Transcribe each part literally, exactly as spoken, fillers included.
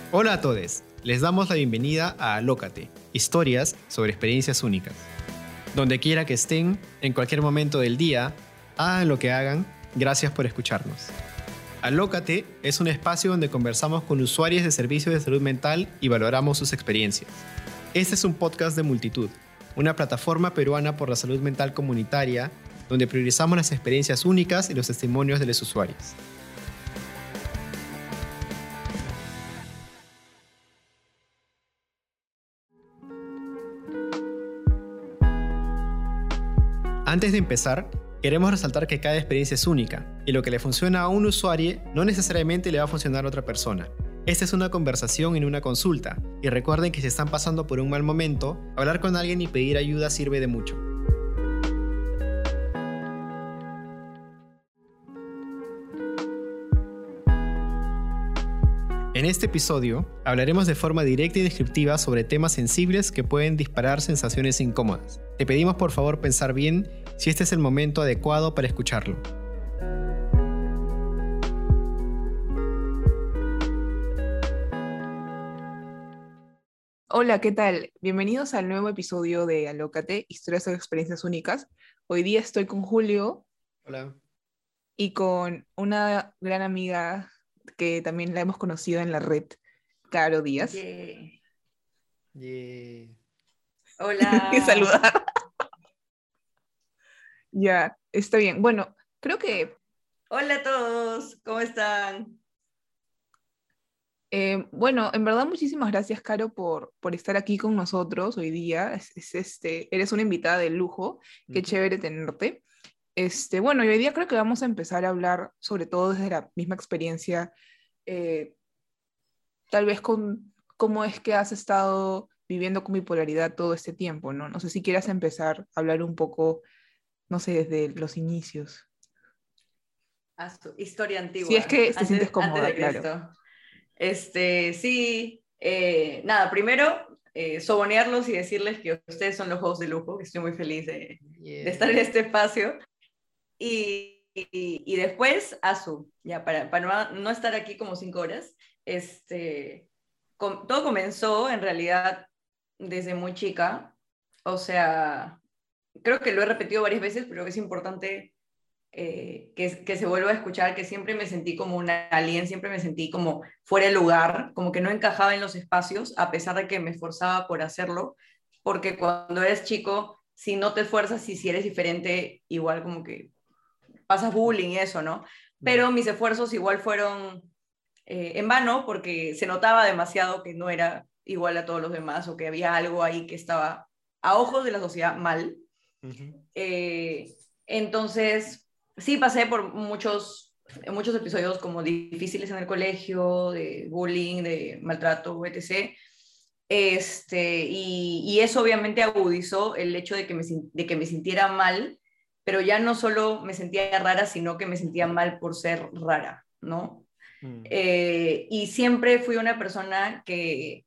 Hola a todos, les damos la bienvenida a Alócate, historias sobre experiencias únicas. Donde quiera que estén, en cualquier momento del día, hagan lo que hagan, gracias por escucharnos. Alócate es un espacio donde conversamos con usuarios de servicios de salud mental y valoramos sus experiencias. Este es un podcast de Multitud, una plataforma peruana por la salud mental comunitaria, donde priorizamos las experiencias únicas y los testimonios de los usuarios. Antes de empezar, queremos resaltar que cada experiencia es única y lo que le funciona a un usuario no necesariamente le va a funcionar a otra persona. Esta es una conversación en una consulta y recuerden que si están pasando por un mal momento, hablar con alguien y pedir ayuda sirve de mucho. En este episodio hablaremos de forma directa y descriptiva sobre temas sensibles que pueden disparar sensaciones incómodas. Te pedimos por favor pensar bien si este es el momento adecuado para escucharlo. Hola, ¿qué tal? Bienvenidos al nuevo episodio de Alócate, historias sobre experiencias únicas. Hoy día estoy con Julio. Hola. Y con una gran amiga que también la hemos conocido en la red, Caro Díaz. Yeah. Yeah. Hola. Saludar. Ya, está bien. Bueno, creo que... Hola a todos, ¿cómo están? Eh, bueno, en verdad muchísimas gracias, Caro, por, por estar aquí con nosotros hoy día. Es, es este, eres una invitada de lujo. Qué Uh-huh. chévere tenerte. Este, bueno, y hoy día creo que vamos a empezar a hablar sobre todo desde la misma experiencia, eh, tal vez con cómo es que has estado viviendo con bipolaridad todo este tiempo, ¿no? No sé si quieras empezar a hablar un poco, no sé, desde los inicios. A su historia antigua. Si es que te antes, sientes antes cómoda, de claro. Cristo. Este, sí, eh, nada, primero eh, sobonearlos y decirles que ustedes son los hosts de lujo, que estoy muy feliz de, Yeah. de estar en este espacio. Y, y, y después, Azu, ya para, para no, no estar aquí como cinco horas, este, com, todo comenzó en realidad desde muy chica, o sea, creo que lo he repetido varias veces, pero es importante eh, que, que se vuelva a escuchar, que siempre me sentí como una alien, siempre me sentí como fuera de lugar, como que no encajaba en los espacios, a pesar de que me esforzaba por hacerlo, porque cuando eres chico, si no te esfuerzas y si eres diferente, igual como que pasas bullying y eso, ¿no? Pero mis esfuerzos igual fueron eh, en vano, porque se notaba demasiado que no era igual a todos los demás, o que había algo ahí que estaba a ojos de la sociedad mal. Uh-huh. Eh, entonces, sí pasé por muchos, muchos episodios como difíciles en el colegio, de bullying, de maltrato, etcétera. Este, y, y eso obviamente agudizó el hecho de que, me, de que me sintiera mal, pero ya no solo me sentía rara, sino que me sentía mal por ser rara, ¿no? Mm. Eh, y siempre fui una persona que,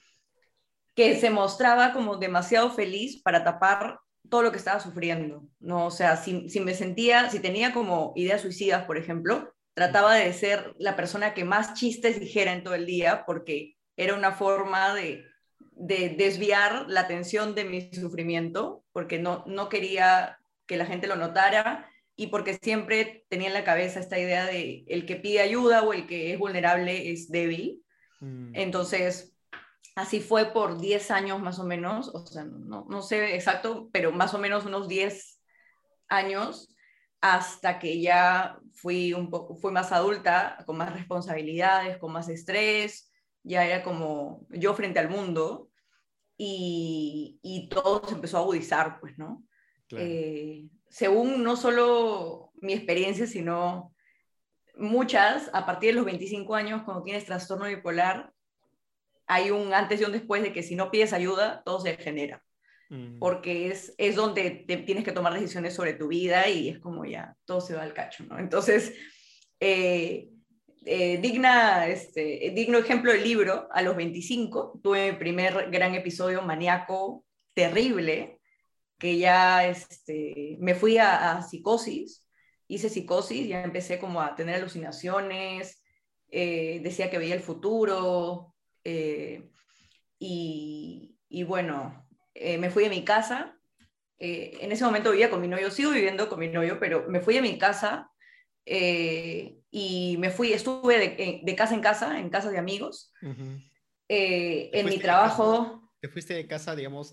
que se mostraba como demasiado feliz para tapar todo lo que estaba sufriendo, ¿no? O sea, si, si me sentía, si tenía como ideas suicidas, por ejemplo, trataba de ser la persona que más chistes dijera en todo el día, porque era una forma de, de desviar la atención de mi sufrimiento, porque no, no quería que la gente lo notara, y porque siempre tenía en la cabeza esta idea de el que pide ayuda o el que es vulnerable es débil. Mm. Entonces, así fue por diez años más o menos, o sea, no, no sé exacto, pero más o menos unos diez años, hasta que ya fui, un poco, fui más adulta, con más responsabilidades, con más estrés, ya era como yo frente al mundo, y, y todo se empezó a agudizar, pues, ¿no? Claro. Eh, según no solo mi experiencia, sino muchas, a partir de los veinticinco años, cuando tienes trastorno bipolar, hay un antes y un después de que si no pides ayuda, todo se genera. Mm. Porque es, es donde te tienes que tomar decisiones sobre tu vida y es como ya, todo se va al cacho, ¿no? Entonces, eh, eh, digna, este, digno ejemplo del libro, a los veinticinco, tuve mi primer gran episodio maníaco terrible, que ya este, me fui a, a psicosis, hice psicosis, ya empecé como a tener alucinaciones, eh, decía que veía el futuro, eh, y, y bueno, eh, me fui de mi casa. Eh, en ese momento vivía con mi novio, sigo viviendo con mi novio, pero me fui de mi casa eh, y me fui, estuve de, de casa en casa, en casas de amigos. Ujú. Eh, ¿Te en mi fuiste de casa? trabajo, ¿Te fuiste de casa, digamos,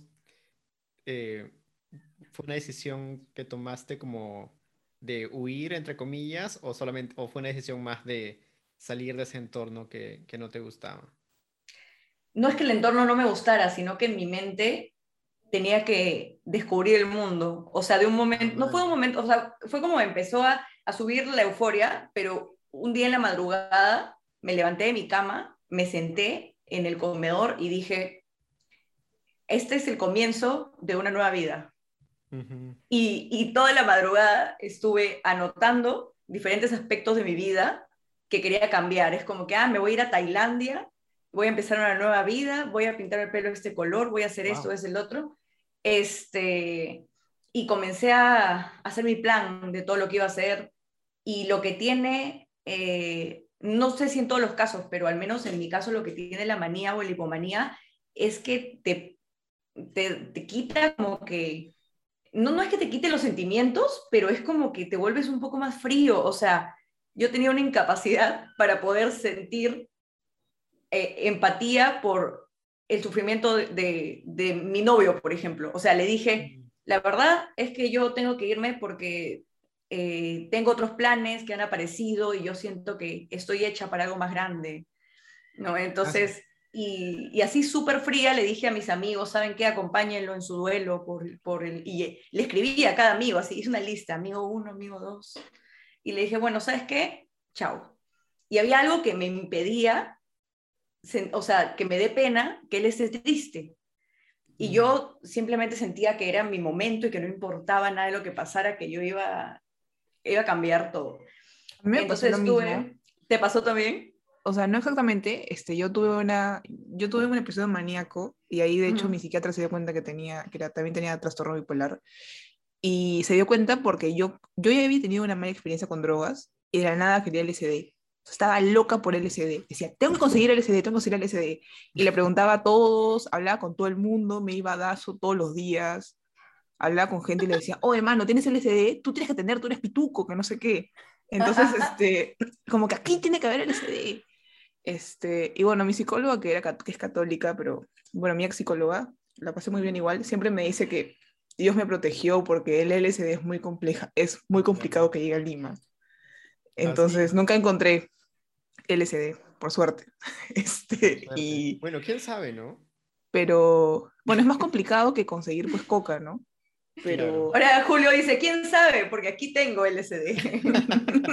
eh, fue una decisión que tomaste como de huir, entre comillas, o solamente, o fue una decisión más de salir de ese entorno que, que no te gustaba? no es que el entorno no me gustara, sino que en mi mente tenía que descubrir el mundo. O sea, de un Ah, momento, no fue un vale. momento, o sea, fue como empezó a, a subir la euforia, pero un día en la madrugada me levanté de mi cama, me senté en el comedor y dije, este es el comienzo de una nueva vida. Ujú. Y, y toda la madrugada estuve anotando diferentes aspectos de mi vida que quería cambiar. Es como que, ah, me voy a ir a Tailandia, voy a empezar una nueva vida, voy a pintar el pelo de este color, voy a hacer esto, Wow. es el otro. Este, y comencé a hacer mi plan de todo lo que iba a hacer. Y lo que tiene, eh, no sé si en todos los casos, pero al menos en mi caso lo que tiene la manía o la hipomanía es que te, te, te quita como que no, no es que te quite los sentimientos, pero es como que te vuelves un poco más frío. O sea, yo tenía una incapacidad para poder sentir eh, empatía por el sufrimiento de, de, de mi novio, por ejemplo. O sea, le dije, Mm. la verdad es que yo tengo que irme porque eh, tengo otros planes que han aparecido y yo siento que estoy hecha para algo más grande, ¿no? Ah, sí. Entonces, y, y así súper fría le dije a mis amigos, ¿saben qué? Acompáñenlo en su duelo por, por el... Y le escribí a cada amigo, así, hice una lista, amigo uno, amigo dos, y le dije, bueno, ¿sabes qué? Chao. Y había algo que me impedía, o sea, que me dé pena que él esté triste. Y Mm. yo simplemente sentía que era mi momento y que no importaba nada de lo que pasara, que yo iba, iba a cambiar todo. A mí me pasó lo Entonces mismo. estuve, ¿te pasó también? O sea, no exactamente, este, yo tuve una, yo tuve un episodio maníaco y ahí de hecho mi Uh-huh. psiquiatra se dio cuenta que tenía, que era, también tenía trastorno bipolar y se dio cuenta porque yo, yo ya había tenido una mala experiencia con drogas y de la nada quería L S D. Estaba loca por L S D. Decía, tengo que conseguir L S D, tengo que conseguir L S D. Y le preguntaba a todos, hablaba con todo el mundo, me iba a Dazo todos los días, hablaba con gente y le decía, oh hermano, ¿tienes L S D? Tú tienes que tener, tú eres pituco, que no sé qué. Entonces, este, como que aquí tiene que haber L S D. Este, y bueno, mi psicóloga, que, era, cat- que es católica, pero bueno, mi ex psicóloga, la pasé muy bien igual, siempre me dice que Dios me protegió porque el L S D es muy compleja, es muy complicado que llegue a Lima. Ah, Entonces, sí, nunca encontré L S D, por suerte. por Este, suerte. y, Bueno, quién sabe, ¿no? pero, bueno, es más complicado que conseguir pues coca, ¿no? Claro. Pero, Ahora Julio dice, ¿quién sabe? Porque aquí tengo L S D.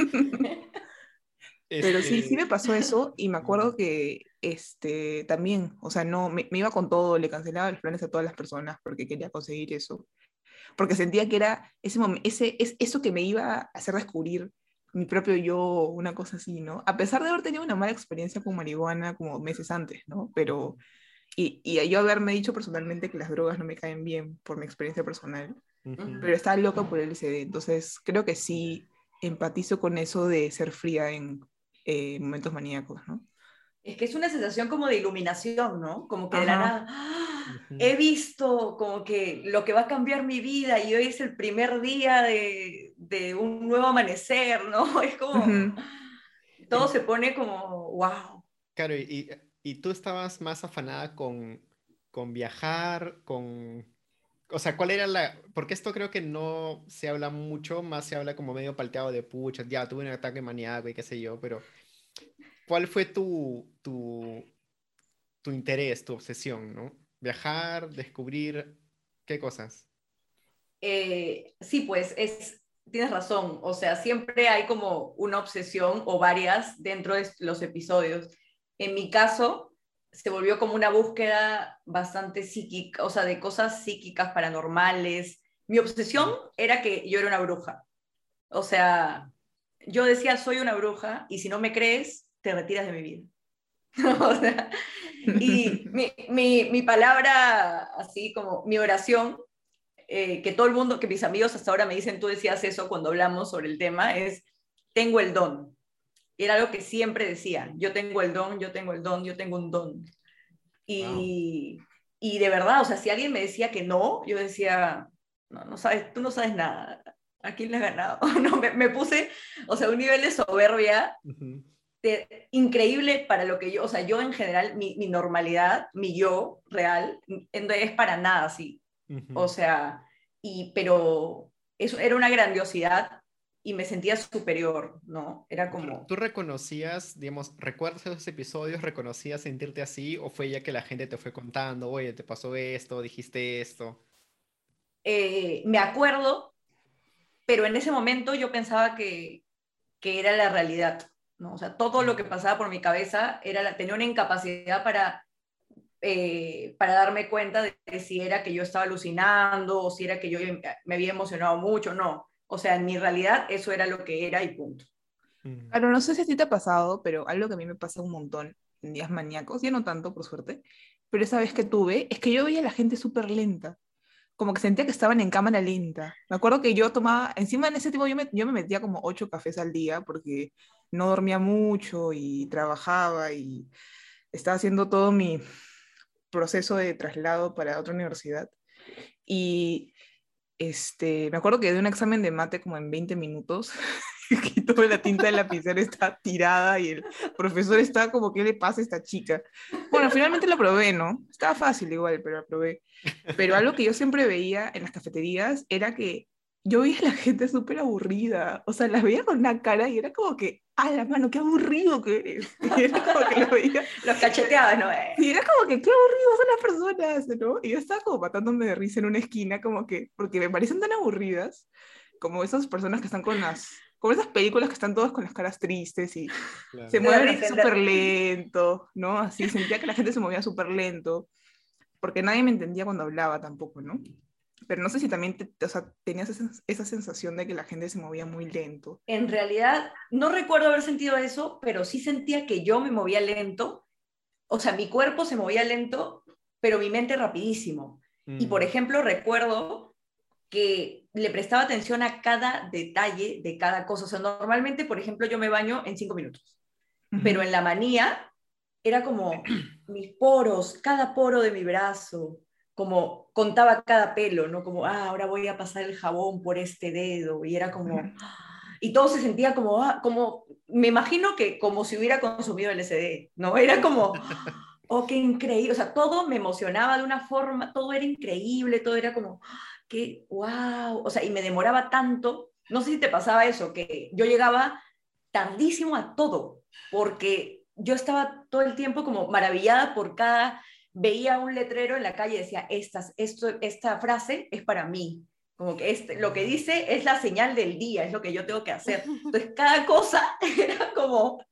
pero sí, sí me Este. pasó eso y me Mm. acuerdo que este, también, o sea, no, me, me iba con todo, le cancelaba los planes a todas las personas porque quería conseguir eso. Porque sentía que era ese, momen- ese es eso que me iba a hacer descubrir mi propio yo, una cosa así, ¿no? A pesar de haber tenido una mala experiencia con marihuana como meses antes, ¿no? Pero, y, y yo haberme dicho personalmente que las drogas no me caen bien por mi experiencia personal, Ujú. pero estaba loca por el L S D, entonces creo que sí empatizo con eso de ser fría en eh, momentos maníacos, ¿no? Es que es una sensación como de iluminación, ¿no? Como que de la Ajá. nada, ¡ah! Ujú. He visto como que lo que va a cambiar mi vida y hoy es el primer día de, de un nuevo amanecer, ¿no? Es como, Ujú. todo se pone como, wow. Claro, y, y tú estabas más afanada con, con viajar, con... O sea, ¿cuál era la...? Porque esto creo que no se habla mucho, más se habla como medio palteado de pucha, ya tuve un ataque maníaco y qué sé yo, pero ¿cuál fue tu, tu, tu interés, tu obsesión, ¿no? Viajar, descubrir, ¿qué cosas? Eh, sí, pues es, tienes razón, o sea, siempre hay como una obsesión o varias dentro de los episodios. En mi caso, se volvió como una búsqueda bastante psíquica, o sea, de cosas psíquicas, paranormales. Mi obsesión Mm. era que yo era una bruja, o sea, yo decía, soy una bruja y si no me crees, te retiras de mi vida. O sea, y mi, mi, mi palabra, así como mi oración, eh, que todo el mundo, que mis amigos hasta ahora me dicen, tú decías eso cuando hablamos sobre el tema, es, tengo el don. Y era algo que siempre decía, yo tengo el don, yo tengo el don, yo tengo un don. Wow. Y, y de verdad, o sea, si alguien me decía que no, yo decía, no, no sabes, tú no sabes nada. ¿A quién le has ganado? No, me, me puse, o sea, un nivel de soberbia Ujú. de- increíble para lo que yo, o sea, yo en general, mi, mi normalidad, mi yo real, en- es para nada así. O Ujú. sea, y, pero eso era una grandiosidad y me sentía superior, ¿no? Era ¿Tú como, tú reconocías, digamos, recuerdas esos episodios, reconocías sentirte así o fue ya que la gente te fue contando, oye, te pasó esto, dijiste esto? eh, me acuerdo, pero en ese momento yo pensaba que, que era la realidad, ¿no? O sea, todo lo que Mm. pasaba por mi cabeza era la, tenía una incapacidad para, eh, para darme cuenta de, de si era que yo estaba alucinando o si era que yo me había emocionado mucho, no. O sea, en mi realidad eso era lo que era y punto. Mm. Claro, no sé si a ti te ha pasado, pero algo que a mí me pasa un montón en días maníacos, ya no tanto, por suerte, pero esa vez que tuve, es que yo veía a la gente súper lenta, como que sentía que estaban en cámara lenta. Me acuerdo que yo tomaba, encima en ese tiempo yo me, yo me metía como ocho cafés al día porque no dormía mucho y trabajaba y estaba haciendo todo mi proceso de traslado para otra universidad. Y este, me acuerdo que de un examen de mate como en veinte minutos, que toda la tinta del lapicero está tirada y el profesor está como, ¿qué le pasa a esta chica? Bueno, finalmente lo probé, ¿no? Estaba fácil igual, pero lo probé. Pero algo que yo siempre veía en las cafeterías era que yo veía a la gente súper aburrida, o sea, las veía con una cara y era como que, ¡ah, la mano, qué aburrido que eres! Y era como que lo veía, Los cacheteados, ¿no? Eh, y era como que, qué aburridos son las personas, ¿no? Y yo estaba como matándome de risa en una esquina, como que, porque me parecen tan aburridas, como esas personas que están con las, como esas películas que están todas con las caras tristes y se Claro. de mueven así súper repente, lento, ¿no? Así, sentía que la gente se movía súper lento, porque nadie me entendía cuando hablaba tampoco, ¿no? Pero no sé si también te- o sea, tenías esa, esa sensación de que la gente se movía muy lento. en realidad, no recuerdo haber sentido eso, pero sí sentía que yo me movía lento. O sea, mi cuerpo se movía lento, pero mi mente rapidísimo. Y por Mm. ejemplo, recuerdo que le prestaba atención a cada detalle de cada cosa. O sea, normalmente, por ejemplo, yo me baño en cinco minutos, pero Ujú. en la manía era como mis poros, cada poro de mi brazo, como contaba cada pelo, ¿no? Como, ah, ahora voy a pasar el jabón por este dedo, y era como, y todo se sentía como, ah, como, me imagino que como si hubiera consumido L S D, ¿no? Era como, oh, qué increíble, o sea, todo me emocionaba de una forma, todo era increíble, todo era como, qué, wow, o sea, y me demoraba tanto, no sé si te pasaba eso, que yo llegaba tardísimo a todo, porque yo estaba todo el tiempo como maravillada por cada, veía un letrero en la calle y decía, Estas, esto, esta frase es para mí, como que este, lo que Ah. dice es la señal del día, es lo que yo tengo que hacer. Entonces, cada cosa era como,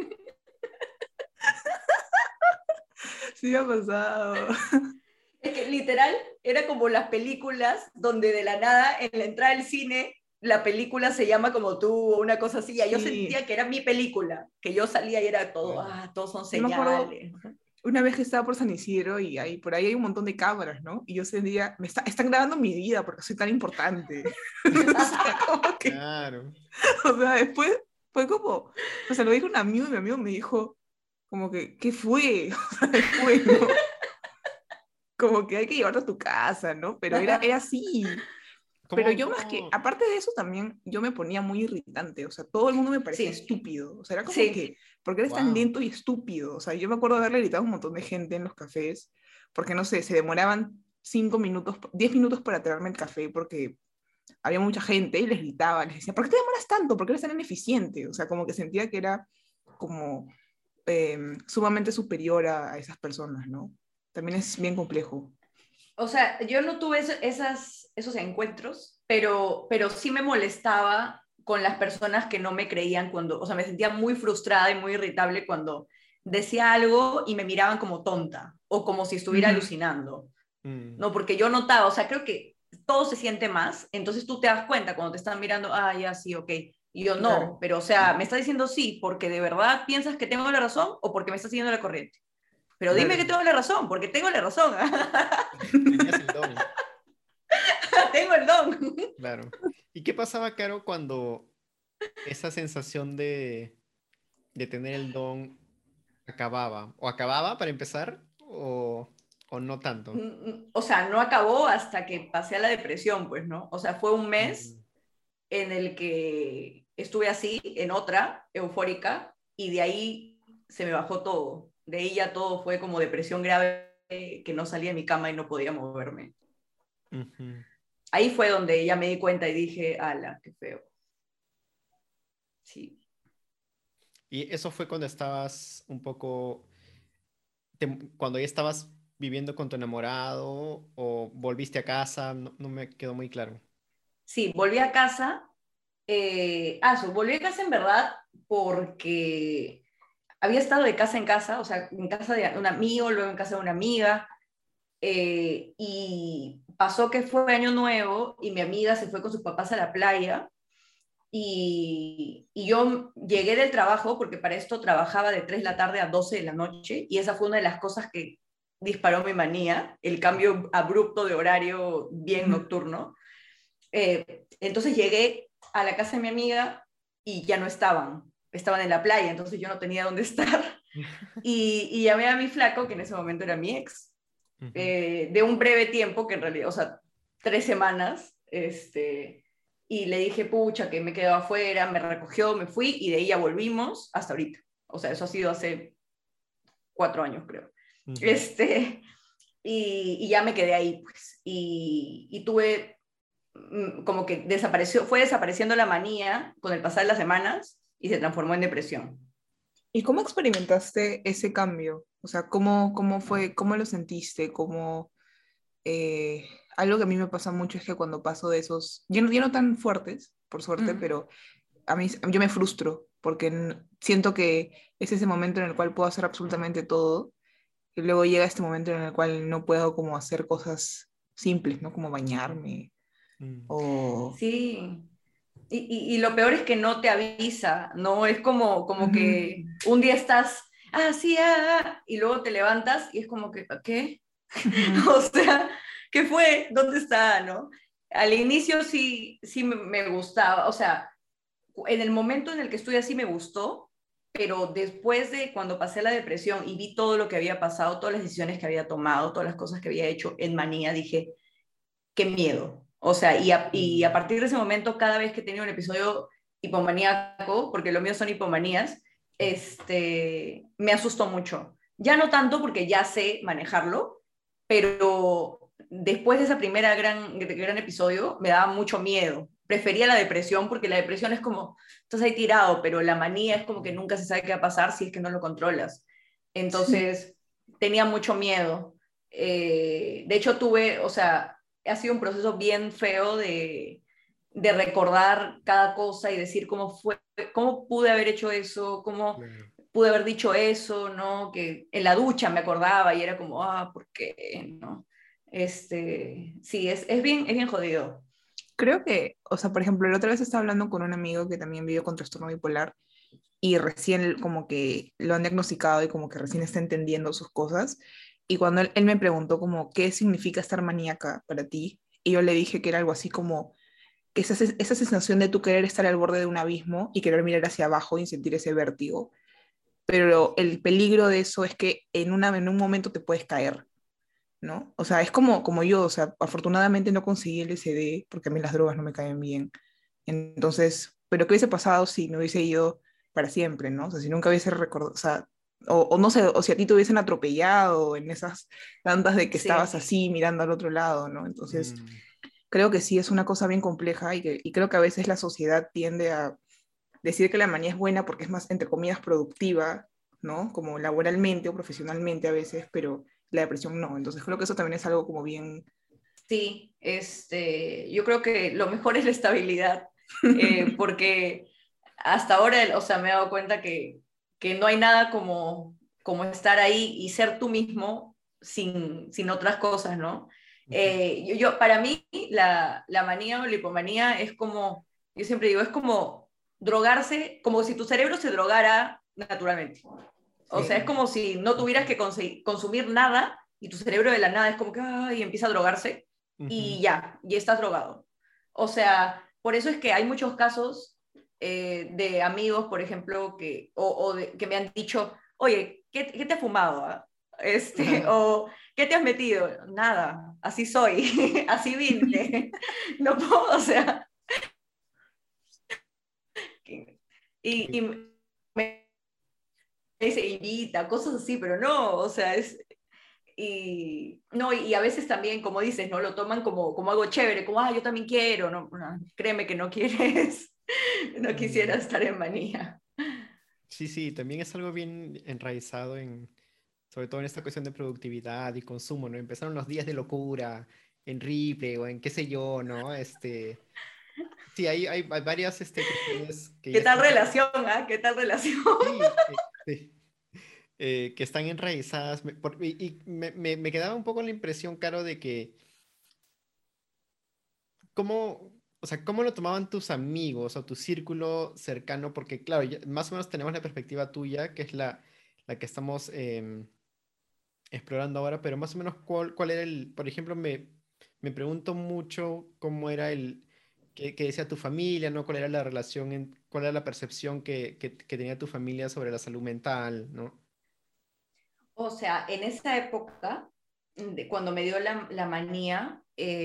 Sí me ha pasado. es que literal era como las películas donde de la nada en la entrada del cine la película se llama como tú o una cosa así. Ya yo Sí, sentía que era mi película, que yo salía y era todo, Ala. ah, todos son yo me acuerdo señales. una vez que estaba por San Isidro y ahí, por ahí hay un montón de cámaras, ¿no? Y yo sentía, me está, están grabando mi vida porque soy tan importante. O sea, como que, Claro. o sea, después fue como, o sea, lo dijo un amigo y mi amigo me dijo, como que, ¿qué fue? O sea, después, ¿no? Como que hay que llevarte a tu casa, ¿no? Pero era, era así. Pero ¿Cómo, yo más que, cómo? aparte de eso también, yo me ponía muy irritante, o sea, todo el mundo me parecía Sí, estúpido, o sea, era como sí, que, ¿por qué eres tan Wow. lento y estúpido? O sea, yo me acuerdo de haberle gritado a un montón de gente en los cafés, porque no sé, se demoraban cinco minutos, diez minutos para traerme el café, porque había mucha gente y les gritaba, les decía, ¿por qué te demoras tanto? ¿Por qué eres tan ineficiente? O sea, como que sentía que era como eh, sumamente superior a, a esas personas, ¿no? También es bien complejo. o sea, yo no tuve eso- esas, esos encuentros, pero, pero sí me molestaba con las personas que no me creían cuando, o sea, me sentía muy frustrada y muy irritable cuando decía algo y me miraban como tonta o como si estuviera Ujú, alucinando, Mm. ¿no? Porque yo notaba, o sea, creo que todo se siente más, entonces tú te das cuenta cuando te están mirando, ah, ya sí, ok, y yo no, claro. pero o sea, me está diciendo sí porque de verdad piensas que tengo la razón o porque me estás siguiendo la corriente. Pero dime que Claro. tengo la razón, porque tengo la razón. Tenías el don. Tengo el don. Claro. ¿Y qué pasaba, Caro, cuando esa sensación de, de tener el don acababa? ¿O acababa para empezar? o, o no tanto? Mm, O sea, no acabó hasta que pasé a la depresión, pues, ¿no? O sea, fue un mes Mm, en el que estuve así, en otra, eufórica, y de ahí se me bajó todo. De ahí ya todo fue como depresión grave, que no salía de mi cama y no podía moverme. ujú. Ahí fue donde ya me di cuenta y dije, ala, qué feo. Sí. Y eso fue cuando estabas un poco, te- cuando ya estabas viviendo con tu enamorado o volviste a casa, no, no me quedó muy claro. Sí, volví a casa. Eh, ah, so, volví a casa en verdad porque había estado de casa en casa, o sea, en casa de un amigo, luego en casa de una amiga, eh, y pasó que fue Año Nuevo y mi amiga se fue con sus papás a la playa y, y yo llegué del trabajo, porque para esto trabajaba de tres de la tarde a doce de la noche, y esa fue una de las cosas que disparó mi manía, el cambio abrupto de horario bien nocturno. Eh, entonces llegué a la casa de mi amiga y ya no estaban, estaban en la playa, entonces yo no tenía dónde estar. Y, y llamé a mi flaco, que en ese momento era mi ex, Ujú. eh, de un breve tiempo, que en realidad, o sea, tres semanas, este, y le dije, pucha, que me quedaba afuera, me recogió, me fui, y de ahí ya volvimos hasta ahorita. O sea, eso ha sido hace cuatro años, creo. Ujú. Este, y, y ya me quedé ahí, pues. Y, y tuve mm, como que desapareció, fue desapareciendo la manía con el pasar de las semanas y se transformó en depresión. ¿Y cómo experimentaste ese cambio? O sea, ¿cómo, cómo fue, cómo lo sentiste? ¿Cómo, eh, algo que a mí me pasa mucho es que cuando paso de esos, yo no, yo no tan fuertes, por suerte, Mm. pero a mí yo me frustro porque n- siento que es ese momento en el cual puedo hacer absolutamente todo y luego llega este momento en el cual no puedo como hacer cosas simples, ¿no? Como bañarme Mm. o... Sí, y, y, y lo peor es que no te avisa, ¿no? Es como, como Ujú. que un día estás, ah, sí, ah, ah, y luego te levantas y es como que, ¿qué? Ujú. O sea, ¿qué fue? ¿Dónde está? ¿No? Al inicio sí, sí me, me gustaba, o sea, en el momento en el que estuve así me gustó, pero después de cuando pasé la depresión y vi todo lo que había pasado, todas las decisiones que había tomado, todas las cosas que había hecho en manía, dije, qué miedo. O sea, y a, y a Mm. partir de ese momento, cada vez que tenía un episodio hipomaníaco, porque lo mío son hipomanías, este, me asustó mucho. Ya no tanto porque ya sé manejarlo, pero después de ese primer gran, gran episodio me daba mucho miedo. Prefería la depresión porque la depresión es como, estás ahí tirado, pero la manía es como que nunca se sabe qué va a pasar si es que no lo controlas. Sí. Entonces, tenía mucho miedo. Eh, de hecho, tuve, o sea, ha sido un proceso bien feo de, de recordar cada cosa y decir cómo fue, cómo pude haber hecho eso, cómo Claro. pude haber dicho eso, ¿no? Que en la ducha me acordaba y era como, ah, ¿por qué? ¿No? Este, sí, es, es bien, es bien jodido. Creo que, o sea, por ejemplo, la otra vez estaba hablando con un amigo que también vive con trastorno bipolar y recién como que lo han diagnosticado y como que recién está entendiendo sus cosas. Y cuando él, él me preguntó como, ¿qué significa estar maníaca para ti? Y yo le dije que era algo así como que esa, se- esa sensación de tú querer estar al borde de un abismo y querer mirar hacia abajo y sentir ese vértigo. Pero el peligro de eso es que en, una, en un momento te puedes caer, ¿no? O sea, es como, como yo, o sea, afortunadamente no conseguí el L S D porque a mí las drogas no me caen bien. Entonces, pero ¿qué hubiese pasado si me hubiese ido para siempre, ¿no? O sea, si nunca hubiese recordado, o sea, o, o no sé, o si a ti te hubiesen atropellado en esas tantas de que estabas Sí, así mirando al otro lado, ¿no? Entonces, Mm. creo que sí es una cosa bien compleja y, que, y creo que a veces la sociedad tiende a decir que la manía es buena porque es más, entre comillas, productiva, ¿no? Como laboralmente o profesionalmente a veces, pero la depresión no. Entonces, creo que eso también es algo como bien... sí, este, yo creo que lo mejor es la estabilidad, eh, porque hasta ahora, o sea, me he dado cuenta que, que no hay nada como, como estar ahí y ser tú mismo sin, sin otras cosas, ¿no? Ujú. Eh, yo, yo- para mí, la, la manía o la hipomanía es como, yo siempre digo, es como drogarse, como si tu cerebro se drogara naturalmente. O sea, Sí. es como si no tuvieras Ujú. que conse- consumir nada y tu cerebro de la nada es como que ay, empieza a drogarse Ujú. y ya, y estás drogado. O sea, por eso es que hay muchos casos eh, de amigos, por ejemplo, que, o, o de- que me han dicho, oye, ¿qué, qué te has fumado? ah? Este, o, ¿qué te has metido? Nada, así soy, así vine. No puedo, o sea, y, y me dice, invita, cosas así, pero no, o sea, es, y, no, y, y a veces también, como dices, ¿no? Lo toman como, como algo chévere, como, ah, yo también quiero, no, no, créeme que no quieres, no quisiera Mm, estar en manía. sí, sí, también es algo bien enraizado en, sobre todo en esta cuestión de productividad y consumo, ¿no? Empezaron los días de locura en Ripley o en qué sé yo, ¿no? Este, sí, hay, hay, hay varias este, cuestiones que ¿Qué ya tal están, relación, ah? ¿Qué tal relación? sí, eh, sí, eh, que están enraizadas. Me- por- y y me, me, me quedaba un poco la impresión, Caro, de que cómo, o sea, cómo lo tomaban tus amigos o tu círculo cercano, porque claro, ya- más o menos tenemos la perspectiva tuya, que es la, la que estamos em, explorando ahora, pero más o menos cuál, cuál era el, por ejemplo, me, me pregunto mucho cómo era el, qué, qué decía tu familia, ¿no? Cuál era la relación, en- cuál era la percepción que, que, que tenía tu familia sobre la salud mental, ¿no? O sea, en esa época, de, cuando me dio la, la manía,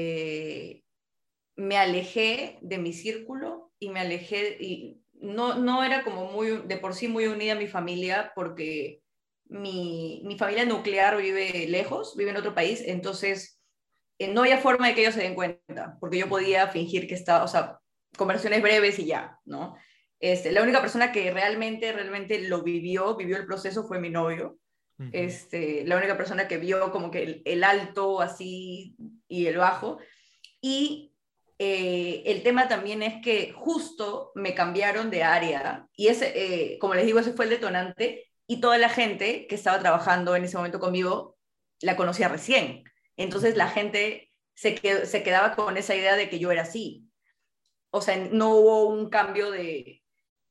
eh, me alejé de mi círculo y me alejé, y no, no era como muy, de por sí muy unida a mi familia porque mi, mi familia nuclear vive lejos, vive en otro país, entonces eh, no había forma de que ellos se den cuenta, porque yo podía fingir que estaba, o sea, conversaciones breves y ya, ¿no? Este, la única persona que realmente, realmente lo vivió, vivió el proceso fue mi novio. Ujú. Este, la única persona que vio como que el, el alto así y el bajo. Y eh, el tema también es que justo me cambiaron de área y ese, eh, como les digo, ese fue el detonante y toda la gente que estaba trabajando en ese momento conmigo la conocía recién. Entonces la Ujú. gente se, qued, se quedaba con esa idea de que yo era así. O sea, no hubo un cambio de,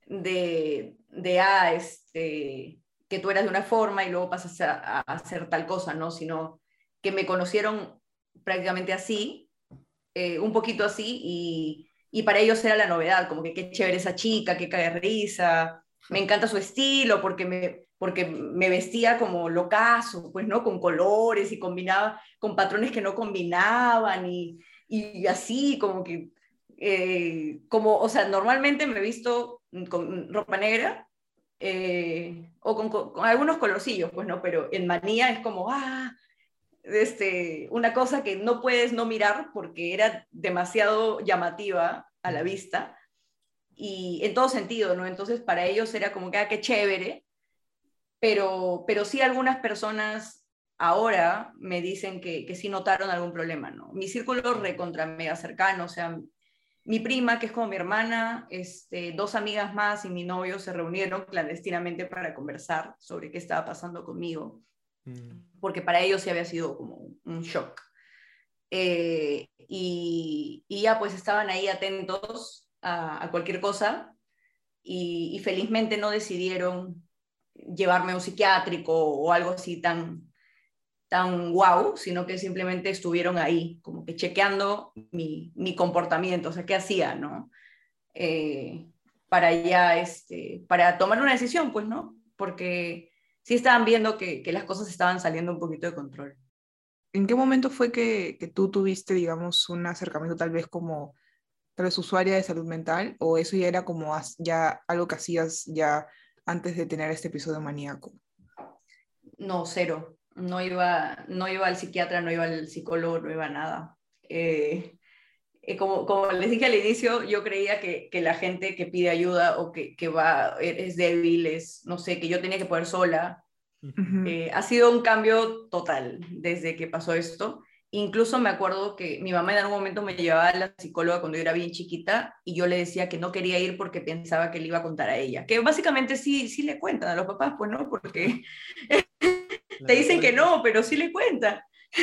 de, de ah, este, que tú eras de una forma y luego pasas a, a hacer tal cosa, ¿no? Sino que me conocieron prácticamente así, eh, un poquito así, y, y para ellos era la novedad, como que qué chévere esa chica, qué cae de risa, me encanta su estilo porque me, porque me vestía como locazo, pues, ¿no? Con colores y combinaba con patrones que no combinaban y, y así, como que, eh, como, o sea, normalmente me he visto con ropa negra eh, o con, con, con algunos colorcillos, pues, ¿no? Pero en manía es como, ah, este, una cosa que no puedes no mirar porque era demasiado llamativa a la Ujú. vista y en todo sentido, ¿no? Entonces para ellos era como que, ah, qué chévere, pero, pero sí algunas personas ahora me dicen que, que sí notaron algún problema, ¿no? Mi círculo recontra mega cercano, o sea, mi prima, que es como mi hermana, este, dos amigas más y mi novio se reunieron clandestinamente para conversar sobre qué estaba pasando conmigo, Mm. porque para ellos sí había sido como un shock. Eh, y, y, ya pues estaban ahí atentos a, a cualquier cosa y, y, felizmente no decidieron llevarme a un psiquiátrico o algo así tan, tan guau, sino que simplemente estuvieron ahí, como que chequeando mi, mi comportamiento, o sea, qué hacía, ¿no? Eh, para ya, este, para tomar una decisión, pues, ¿no? Porque sí estaban viendo que, que las cosas estaban saliendo un poquito de control. ¿En qué momento fue que, que tú tuviste, digamos, un acercamiento tal vez como tal vez usuaria de salud mental o eso ya era como as- ya algo que hacías ya antes de tener este episodio maníaco? No, cero. No iba, no iba al psiquiatra, no iba al psicólogo, no iba a nada. Eh, eh, como, como les dije al inicio, yo creía que, que la gente que pide ayuda o que, que va, es débil, es, no sé, que yo tenía que poder sola. Ujú. Ujú. Eh, ha sido un cambio total desde que pasó esto. Incluso me acuerdo que mi mamá en algún momento me llevaba a la psicóloga cuando yo era bien chiquita y yo le decía que no quería ir porque pensaba que le iba a contar a ella. Que básicamente sí, sí le cuentan a los papás, pues no, porque te Claro, dicen todo que el- no, pero sí le cuentan.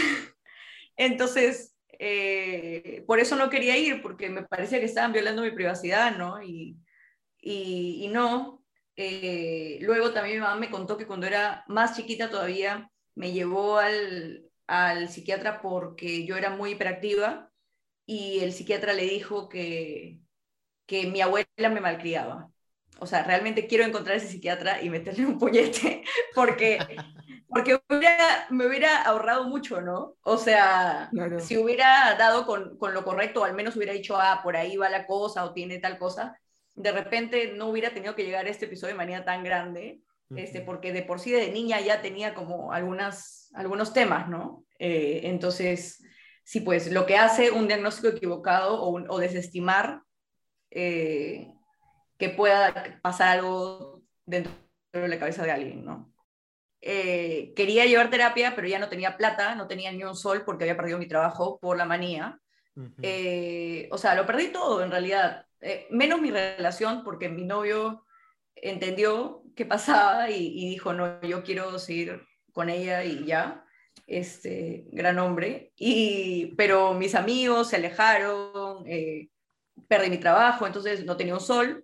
Entonces, eh, por eso no quería ir, porque me parecía que estaban violando mi privacidad, ¿no? Y, y, y no. Eh, luego también mi mamá me contó que cuando era más chiquita todavía me llevó al, al psiquiatra porque yo era muy hiperactiva y el psiquiatra le dijo que, que mi abuela me malcriaba. O sea, realmente quiero encontrar a ese psiquiatra y meterle un puñete porque porque hubiera, me hubiera ahorrado mucho, ¿no? O sea, Claro. si hubiera dado con, con lo correcto, o al menos hubiera dicho, ah, por ahí va la cosa, o tiene tal cosa, de repente no hubiera tenido que llegar a este episodio de manera tan grande, este, porque de por sí de niña ya tenía como algunas, algunos temas, ¿no? Eh, entonces, sí, pues lo que hace un diagnóstico equivocado o, un, o desestimar eh, que pueda pasar algo dentro de la cabeza de alguien, ¿no? Eh, quería llevar terapia, pero ya no tenía plata, no tenía ni un sol porque había perdido mi trabajo por la manía. Ujú. Eh, o sea, lo perdí todo en realidad, eh, menos mi relación porque mi novio entendió qué pasaba y, y dijo, no, yo quiero seguir con ella y ya, este gran hombre. Y, pero mis amigos se alejaron, eh, perdí mi trabajo, entonces no tenía un sol.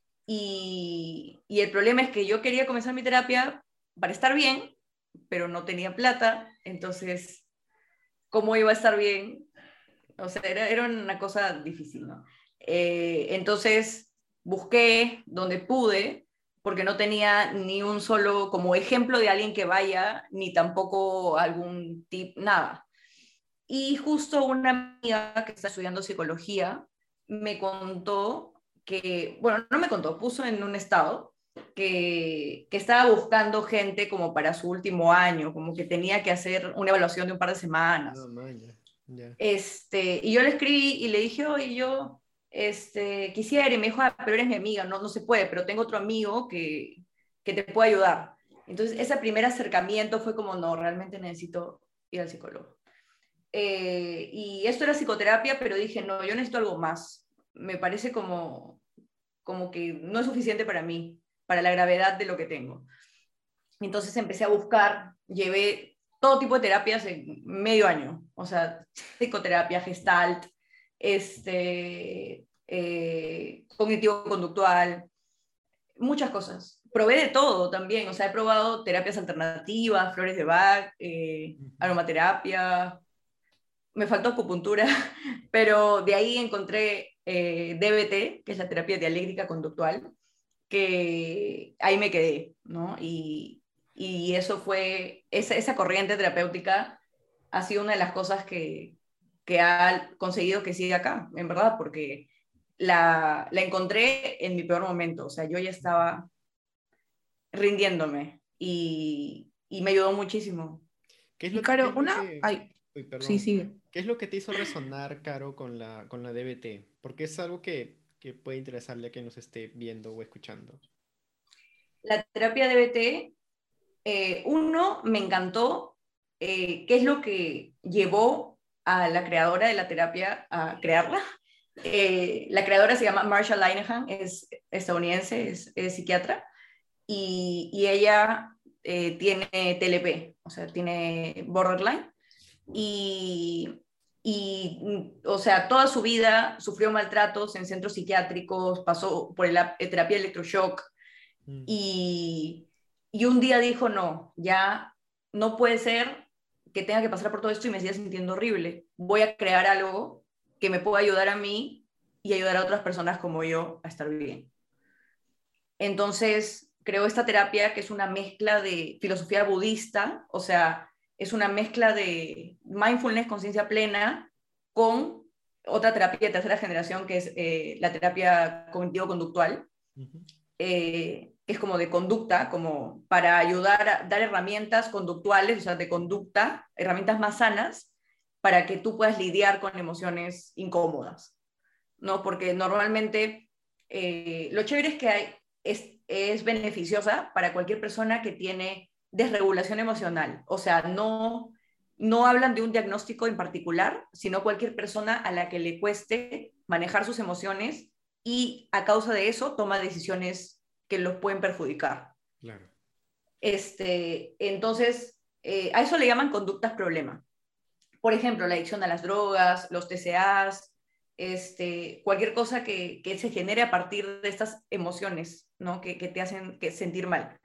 Y, y el problema es que yo quería comenzar mi terapia para estar bien, pero no tenía plata, entonces, ¿cómo iba a estar bien? O sea, era, era una cosa difícil, ¿no? Eh, entonces, busqué donde pude, porque no tenía ni un solo como ejemplo de alguien que vaya, ni tampoco algún tip, nada. Y justo una amiga que está estudiando psicología me contó que, bueno, no me contó, puso en un estado que, que estaba buscando gente como para su último año, como que tenía que hacer una evaluación de un par de No, semanas. man, ya, ya. Este, y yo le escribí y le dije, oye, yo este, quisiera, y me dijo, ah, pero eres mi amiga, no, no se puede, pero tengo otro amigo que, que te puede ayudar. Entonces, ese primer acercamiento fue como, no, realmente necesito ir al psicólogo. Eh, y esto era psicoterapia, pero dije, no, yo necesito algo más. Me parece como, como que no es suficiente para mí, para la gravedad de lo que tengo. Entonces empecé a buscar, llevé todo tipo de terapias en medio año, o sea, psicoterapia, gestalt, este, eh, cognitivo-conductual, muchas cosas. Probé de todo también, o sea, he probado terapias alternativas, flores de Bach, eh, Ujú. aromaterapia, me faltó acupuntura, pero de ahí encontré eh, D B T, que es la terapia dialéctica conductual, que ahí me quedé, ¿no? Y, y eso fue, esa, esa corriente terapéutica ha sido una de las cosas que, que ha conseguido que siga acá, en verdad, porque la, la encontré en mi peor momento, o sea, yo ya estaba rindiéndome y, y me ayudó muchísimo. ¿Qué es Y lo, qué Caro, es lo una... que... Ay, Uy, sí, perdón. sigue. ¿Qué es lo que te hizo resonar, Caro, con la, con la D B T? Porque es algo que, que puede interesarle a quien nos esté viendo o escuchando. La terapia D B T, eh, uno, me encantó, eh, qué es lo que llevó a la creadora de la terapia a crearla. Eh, la creadora se llama Marsha Linehan, es estadounidense, es, es psiquiatra, y, y ella eh, tiene T L P, o sea, tiene borderline, y, y, o sea, toda su vida sufrió maltratos en centros psiquiátricos, pasó por la terapia electroshock, Mm. y, y un día dijo, no, ya no puede ser que tenga que pasar por todo esto y me siga sintiendo horrible. Voy a crear algo que me pueda ayudar a mí y ayudar a otras personas como yo a estar bien. Entonces, creó esta terapia que es una mezcla de filosofía budista, o sea, es una mezcla de mindfulness, conciencia plena, con otra terapia de tercera generación que es eh, la terapia cognitivo-conductual, Ujú. eh, que es como de conducta, como para ayudar a dar herramientas conductuales, o sea, de conducta, herramientas más sanas, para que tú puedas lidiar con emociones incómodas, ¿no? Porque normalmente eh, lo chévere es que hay, es, es beneficiosa para cualquier persona que tiene desregulación emocional, o sea, no, no hablan de un diagnóstico en particular, sino cualquier persona a la que le cueste manejar sus emociones y a causa de eso toma decisiones que los pueden perjudicar. Claro. Este, entonces, eh, a eso le llaman conductas problema. Por ejemplo, la adicción a las drogas, los T C As, este, cualquier cosa que, que se genere a partir de estas emociones, ¿no? que, que te hacen que sentir mal.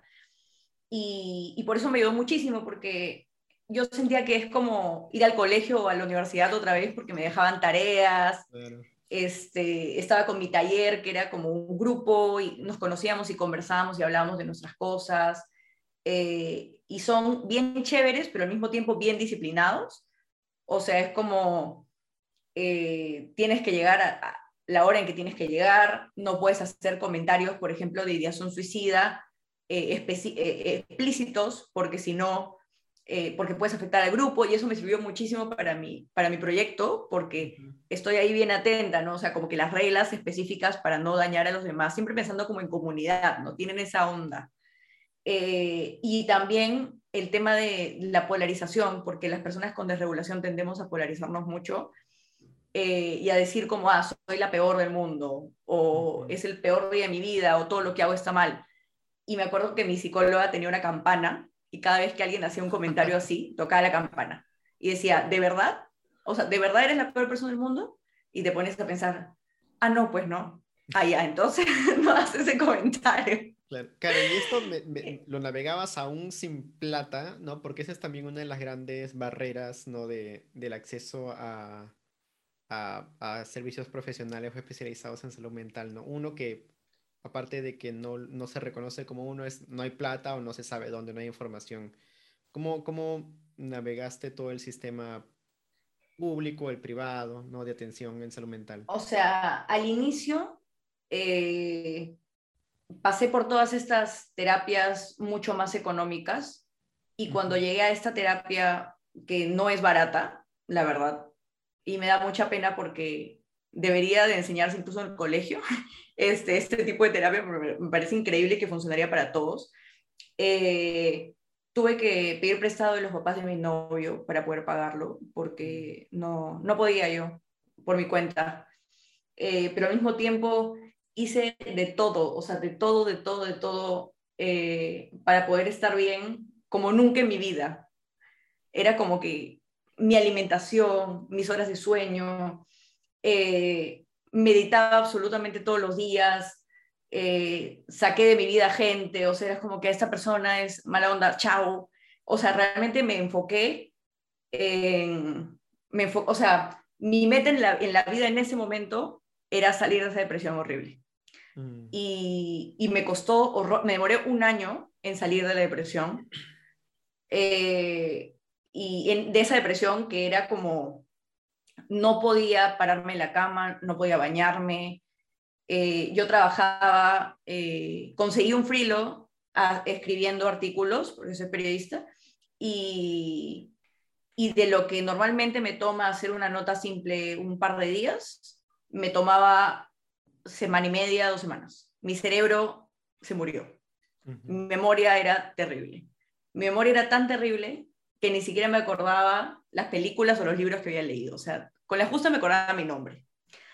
Y, y por eso me ayudó muchísimo, porque yo sentía que es como ir al colegio o a la universidad otra vez, porque me dejaban tareas, Claro. este, estaba con mi taller, que era como un grupo, y nos conocíamos y conversábamos y hablábamos de nuestras cosas. Eh, y son bien chéveres, pero al mismo tiempo bien disciplinados. O sea, es como eh, tienes que llegar a, a la hora en que tienes que llegar, no puedes hacer comentarios, por ejemplo, de ideación suicida eh, especi- eh, explícitos, porque si no, eh, porque puedes afectar al grupo, y eso me sirvió muchísimo para mi, para mi proyecto, porque estoy ahí bien atenta, ¿no? O sea, como que las reglas específicas para no dañar a los demás, siempre pensando como en comunidad, ¿no? Tienen esa onda. Eh, y también el tema de la polarización, porque las personas con desregulación tendemos a polarizarnos mucho eh, y a decir como, ah, soy la peor del mundo, o es el peor día de mi vida, o todo lo que hago está mal. Y me acuerdo que mi psicóloga tenía una campana y cada vez que alguien hacía un comentario así, tocaba la campana y decía, ¿de verdad? O sea, ¿de verdad eres la peor persona del mundo? Y te pones a pensar, ah, no, pues no. Ah, ya, entonces no haces ese comentario. Claro, claro, y esto me- me- lo navegabas aún sin plata, ¿no? Porque esa es también una de las grandes barreras, ¿no? De, del acceso a, a, a servicios profesionales o especializados en salud mental, ¿no? Uno que, aparte de que no, no se reconoce como uno, es no hay plata o no se sabe dónde, no hay información. ¿Cómo, cómo navegaste todo el sistema público, el privado, ¿no? De atención en salud mental? O sea, al inicio eh, pasé por todas estas terapias mucho más económicas y cuando Ujú. llegué a esta terapia que no es barata, la verdad, y me da mucha pena porque debería de enseñarse incluso en el colegio, este, este tipo de terapia me me parece increíble que funcionaría para todos. Eh, Tuve que pedir prestado de los papás de mi novio para poder pagarlo Mm. porque no, no podía yo por mi cuenta. Eh, pero al mismo tiempo hice de todo, o sea, de todo, de todo, de todo, eh, para poder estar bien como nunca en mi vida. Era como que mi alimentación, mis horas de sueño, eh, meditaba absolutamente todos los días, eh, saqué de mi vida gente, o sea, es como que esta persona es mala onda, chao. O sea, realmente me enfoqué en, me enfo- o sea, mi meta en la, en la vida en ese momento era salir de esa depresión horrible. Mm. Y, y me costó, horror, me demoré un año en salir de la depresión. eh, y en- de esa depresión que era como, no podía pararme en la cama, no podía bañarme. Eh, yo trabajaba, eh, conseguí un freelo a- escribiendo artículos, porque soy periodista, y, y de lo que normalmente me toma hacer una nota simple un par de días, me tomaba semana y media, dos semanas. Mi cerebro se murió. Ujú. Mi memoria era terrible. Mi memoria era tan terrible que ni siquiera me acordaba las películas o los libros que había leído. O sea, con la justa me acordaba mi nombre.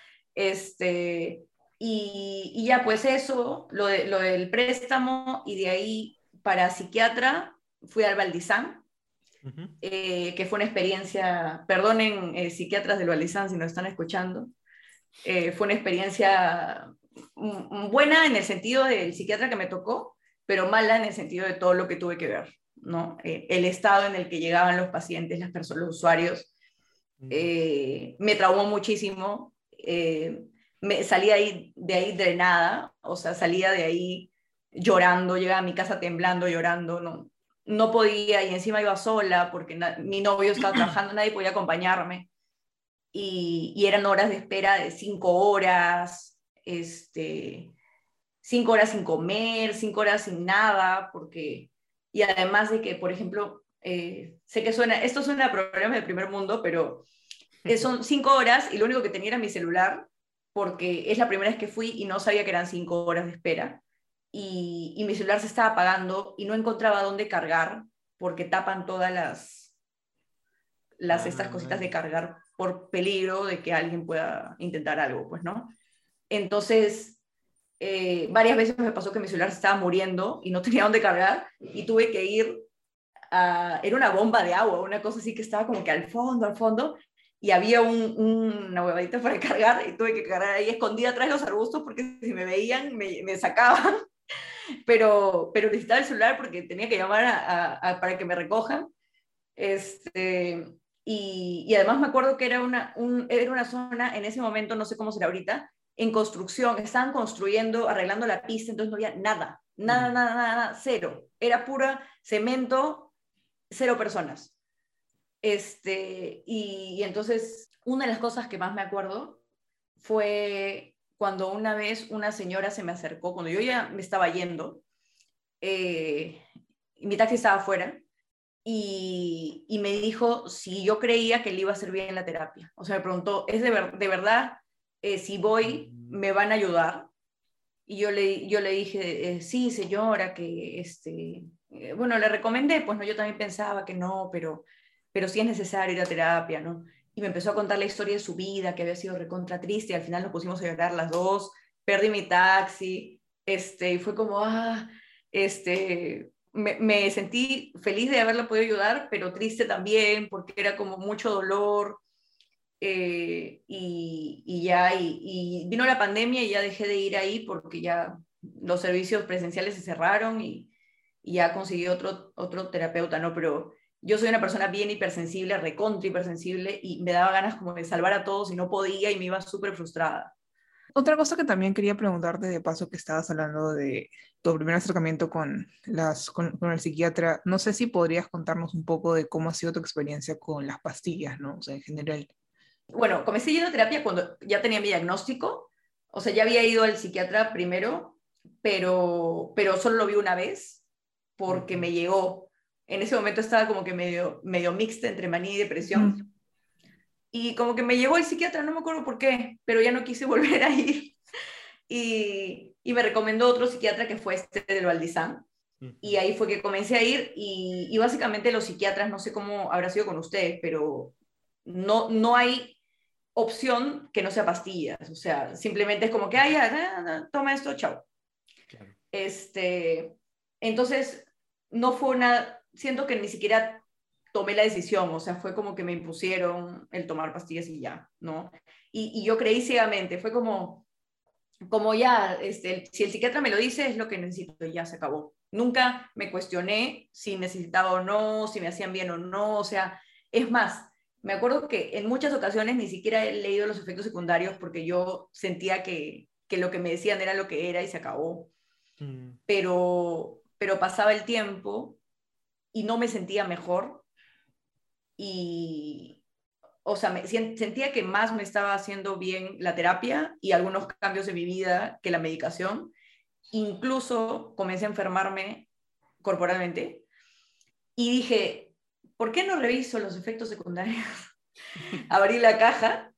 Este, y, y ya, pues eso, lo, de, lo del préstamo, y de ahí para psiquiatra fui al Valdizán, Ujú. eh, que fue una experiencia, perdonen eh, psiquiatras del Valdizán si nos están escuchando, eh, fue una experiencia mm, buena en el sentido del psiquiatra que me tocó, pero mala en el sentido de todo lo que tuve que ver, ¿no? Eh, el estado en el que llegaban los pacientes, las personas, los usuarios, Mm. eh, me traumó muchísimo. Eh, me, salía ahí, de ahí drenada, o sea, salía de ahí llorando, llegaba a mi casa temblando, llorando, no, no podía, y encima iba sola porque na, mi novio estaba trabajando, nadie podía acompañarme, y, y eran horas de espera de cinco horas, este, cinco horas sin comer, cinco horas sin nada, porque, y además de que, por ejemplo, eh, sé que suena, esto suena a problemas de primer mundo, pero eh, son cinco horas y lo único que tenía era mi celular, porque es la primera vez que fui y no sabía que eran cinco horas de espera. Y, y mi celular se estaba apagando y no encontraba dónde cargar porque tapan todas las, las estas Ah, cositas de vaya. cargar por peligro de que alguien pueda intentar algo, pues, ¿no? Entonces, eh, varias veces me pasó que mi celular se estaba muriendo y no tenía dónde cargar y tuve que ir a, era una bomba de agua, una cosa así que estaba como que al fondo, al fondo, y había un, un, una huevadita para cargar y tuve que cargar ahí escondida atrás de los arbustos porque si me veían me, me sacaban, pero, pero necesitaba el celular porque tenía que llamar a, a, a, para que me recojan. Este, y, y además me acuerdo que era una, un, era una zona en ese momento, no sé cómo será ahorita, en construcción, estaban construyendo, arreglando la pista, entonces no había nada, Nada, Mm. nada, nada, nada, cero. Era pura cemento, cero personas. Este, y, y entonces, una de las cosas que más me acuerdo fue cuando una vez una señora se me acercó, cuando yo ya me estaba yendo, eh, y mi taxi estaba afuera, y, y me dijo si yo creía que le iba a hacer bien la terapia. O sea, me preguntó, ¿es de, ver, de verdad, eh, si voy, me van a ayudar? Y yo le, yo le dije, eh, sí, señora, que este, eh, bueno, le recomendé, pues no, yo también pensaba que no, pero, pero sí es necesario ir a terapia, ¿no? Y me empezó a contar la historia de su vida, que había sido recontra triste, y al final nos pusimos a llorar las dos, perdí mi taxi, este, y fue como, ah, este, me, me sentí feliz de haberla podido ayudar, pero triste también, porque era como mucho dolor, eh, y, y ya, y, y vino la pandemia y ya dejé de ir ahí porque ya los servicios presenciales se cerraron y, y ya conseguí otro, otro terapeuta, ¿no? Pero yo soy una persona bien hipersensible, recontra hipersensible, y me daba ganas como de salvar a todos y no podía y me iba súper frustrada. Otra cosa que también quería preguntarte de paso que estabas hablando de tu primer acercamiento con, las, con, con el psiquiatra, no sé si podrías contarnos un poco de cómo ha sido tu experiencia con las pastillas, ¿no? O sea, en general. Bueno, comencé yendo a terapia cuando ya tenía mi diagnóstico, o sea, ya había ido al psiquiatra primero, pero, pero solo lo vi una vez porque me llegó. En ese momento estaba como que medio, medio mixta entre manía y Mm. depresión. Y como que me llegó el psiquiatra, no me acuerdo por qué, pero ya no quise volver a ir. Y, y me recomendó otro psiquiatra que fue este del Valdizán. Y ahí fue que comencé a ir y, y básicamente los psiquiatras, no sé cómo habrá sido con ustedes, pero no, no hay opción que no sea pastillas. O sea, simplemente es como que, ah, ya, ya, ya, toma esto, chao. Claro. Este, entonces, no fue una, siento que ni siquiera tomé la decisión, o sea, fue como que me impusieron el tomar pastillas y ya, ¿no? Y, y yo creí ciegamente, fue como, como ya, este, si el psiquiatra me lo dice, es lo que necesito y ya se acabó. Nunca me cuestioné si necesitaba o no, si me hacían bien o no, o sea, es más, me acuerdo que en muchas ocasiones ni siquiera he leído los efectos secundarios porque yo sentía que, que lo que me decían era lo que era y se acabó, Mm. pero, pero pasaba el tiempo y no me sentía mejor y, o sea, me, sentía que más me estaba haciendo bien la terapia y algunos cambios de mi vida que la medicación. Incluso comencé a enfermarme corporalmente y dije, ¿por qué no reviso los efectos secundarios? Abrí la caja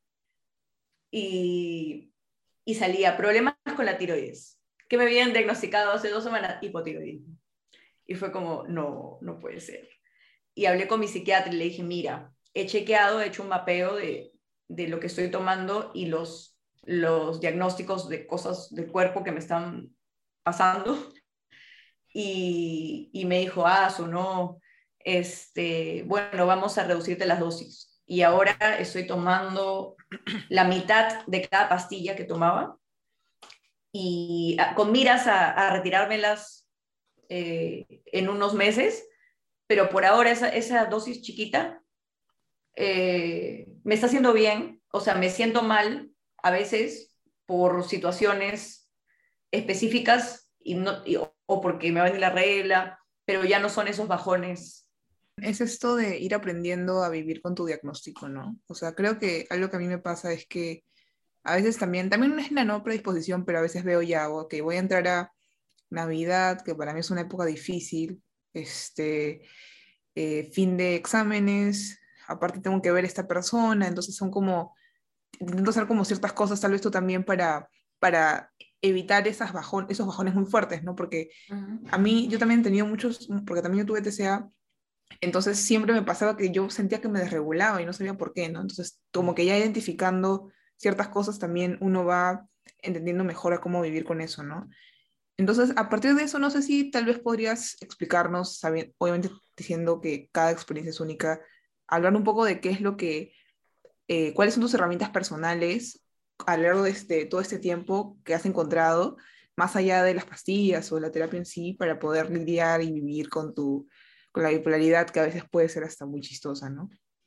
y, y salía problemas con la tiroides, que me habían diagnosticado hace dos semanas hipotiroidismo. Y fue como, no, no puede ser. Y hablé con mi psiquiatra y le dije, mira, he chequeado, he hecho un mapeo de, de lo que estoy tomando y los, los diagnósticos de cosas del cuerpo que me están pasando. Y, y me dijo, ah, su no, este, bueno, vamos a reducirte las dosis. Y ahora estoy tomando la mitad de cada pastilla que tomaba y a, con miras a, a retirármelas eh, en unos meses, pero por ahora esa, esa dosis chiquita eh, me está haciendo bien, o sea, me siento mal a veces por situaciones específicas y no, y, o porque me va a venir la regla, pero ya no son esos bajones. Es esto de ir aprendiendo a vivir con tu diagnóstico, ¿no? O sea, creo que algo que a mí me pasa es que a veces también, también no es la no predisposición, pero a veces veo ya, ok, voy a entrar a Navidad, que para mí es una época difícil, este, eh, fin de exámenes, aparte tengo que ver a esta persona, entonces son como, intento hacer como ciertas cosas, tal vez tú también para, para evitar esas bajón, esos bajones muy fuertes, ¿no? Porque Uh-huh. a mí, yo también he tenido muchos, porque también yo tuve T C A, entonces siempre me pasaba que yo sentía que me desregulaba y no sabía por qué, ¿no? Entonces, como que ya identificando ciertas cosas también uno va entendiendo mejor a cómo vivir con eso, ¿no? Entonces, a partir de eso, no sé si tal vez podrías explicarnos, sabi- obviamente diciendo que cada experiencia es única, hablar un poco de qué es lo que, eh, cuáles son tus herramientas personales a lo largo de este, todo este tiempo que has encontrado, más allá de las pastillas o la terapia en sí, para poder lidiar y vivir con tu, con la bipolaridad que a veces puede ser hasta muy chistosa, ¿no?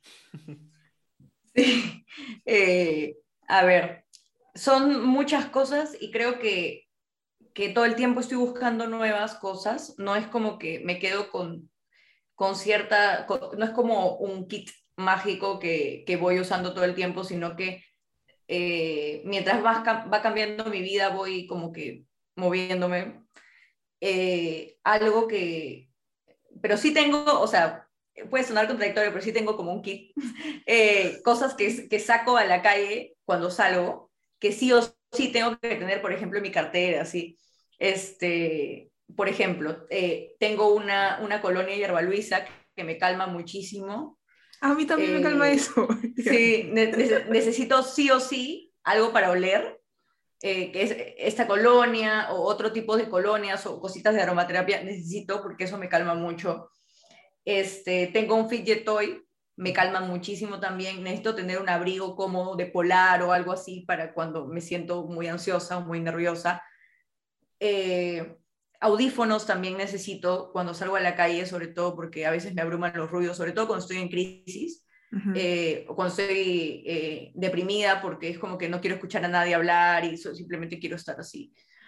Sí. Eh, a ver, son muchas cosas y creo que que todo el tiempo estoy buscando nuevas cosas, no es como que me quedo con, con cierta, con- no es como un kit mágico que, que voy usando todo el tiempo, sino que eh, mientras va, cam- va cambiando mi vida, voy como que moviéndome. Eh, algo que, pero sí tengo, o sea, puede sonar contradictorio, pero sí tengo como un kit, eh, cosas que, que saco a la calle cuando salgo, que sí o sí tengo que tener, por ejemplo, en mi cartera, así. Este, por ejemplo, eh, tengo una, una colonia Yerba Luisa que me calma muchísimo. A mí también me calma Eh, eso. sí, ne- ne- necesito sí o sí algo para oler, eh, que es esta colonia o otro tipo de colonias o cositas de aromaterapia, necesito porque eso me calma mucho. Este, tengo un fidget toy, me calma muchísimo también. Necesito tener un abrigo cómodo de polar o algo así para cuando me siento muy ansiosa o muy nerviosa. Eh, Audífonos también necesito cuando salgo a la calle, sobre todo porque a veces me abruman los ruidos, sobre todo cuando estoy en crisis. Ujú. Eh, o cuando estoy eh, deprimida porque es como que no quiero escuchar a nadie hablar y so- simplemente quiero estar así.